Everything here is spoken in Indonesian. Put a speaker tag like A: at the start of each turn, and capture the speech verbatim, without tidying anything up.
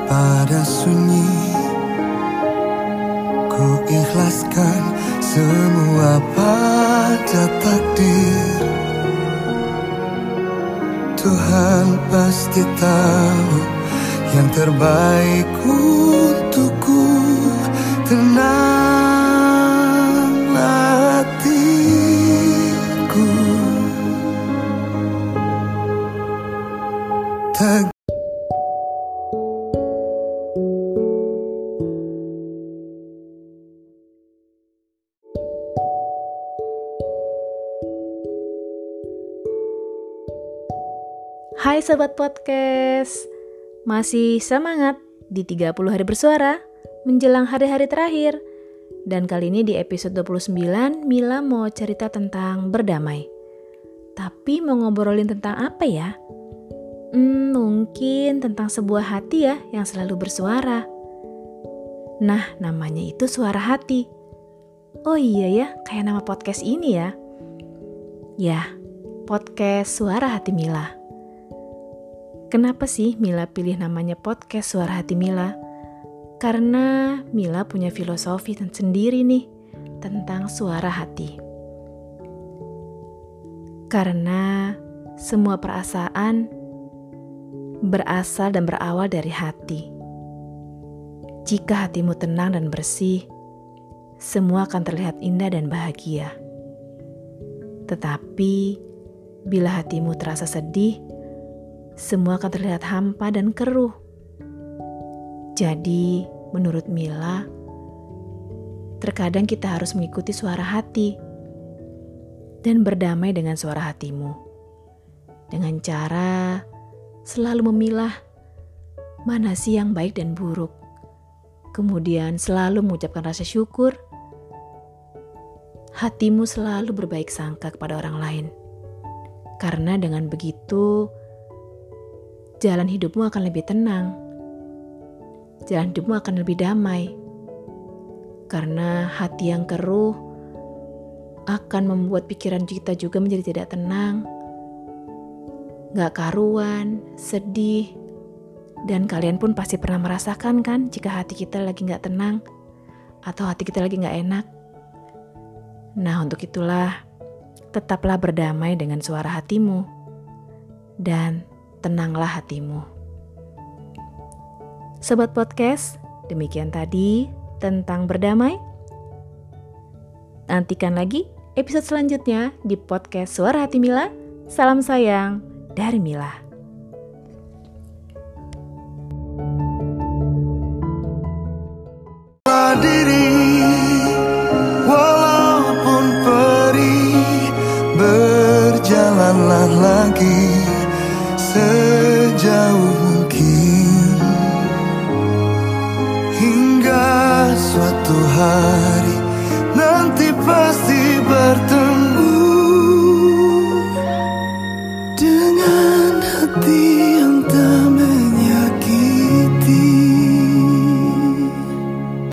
A: pada sunyi, ku ikhlaskan semua pada takdir. Tuhan pasti tahu yang terbaik untukku. Tenanglah hatiku. Teg-
B: Hai Sobat Podcast, masih semangat di tiga puluh hari bersuara menjelang hari-hari terakhir. Dan kali ini di episode dua puluh sembilan, Mila mau cerita tentang berdamai. Tapi mau ngobrolin tentang apa ya? Hmm, mungkin tentang sebuah hati ya yang selalu bersuara. Nah, namanya itu suara hati. Oh iya ya, kayak nama podcast ini ya. Ya, podcast Suara Hati Mila. Kenapa sih Mila pilih namanya podcast Suara Hati Mila? Karena Mila punya filosofi sendiri nih tentang suara hati. Karena semua perasaan berasal dan berawal dari hati. Jika hatimu tenang dan bersih, semua akan terlihat indah dan bahagia. Tetapi bila hatimu terasa sedih, semua akan terlihat hampa dan keruh. Jadi, menurut Mila, terkadang kita harus mengikuti suara hati dan berdamai dengan suara hatimu. Dengan cara selalu memilah mana sih yang baik dan buruk. Kemudian selalu mengucapkan rasa syukur. Hatimu selalu berbaik sangka kepada orang lain. Karena dengan begitu, jalan hidupmu akan lebih tenang. Jalan hidupmu akan lebih damai. Karena hati yang keruh akan membuat pikiran kita juga menjadi tidak tenang. Gak karuan, sedih. Dan kalian pun pasti pernah merasakan kan jika hati kita lagi gak tenang atau hati kita lagi gak enak. Nah, untuk itulah tetaplah berdamai dengan suara hatimu. Dan tenanglah hatimu. Sobat Podcast, demikian tadi tentang berdamai. Nantikan lagi episode selanjutnya di podcast Suara Hati Mila. Salam sayang dari Mila.
A: Diri, walaupun perih, berjalanlah lagi sejauh mungkin hingga suatu hari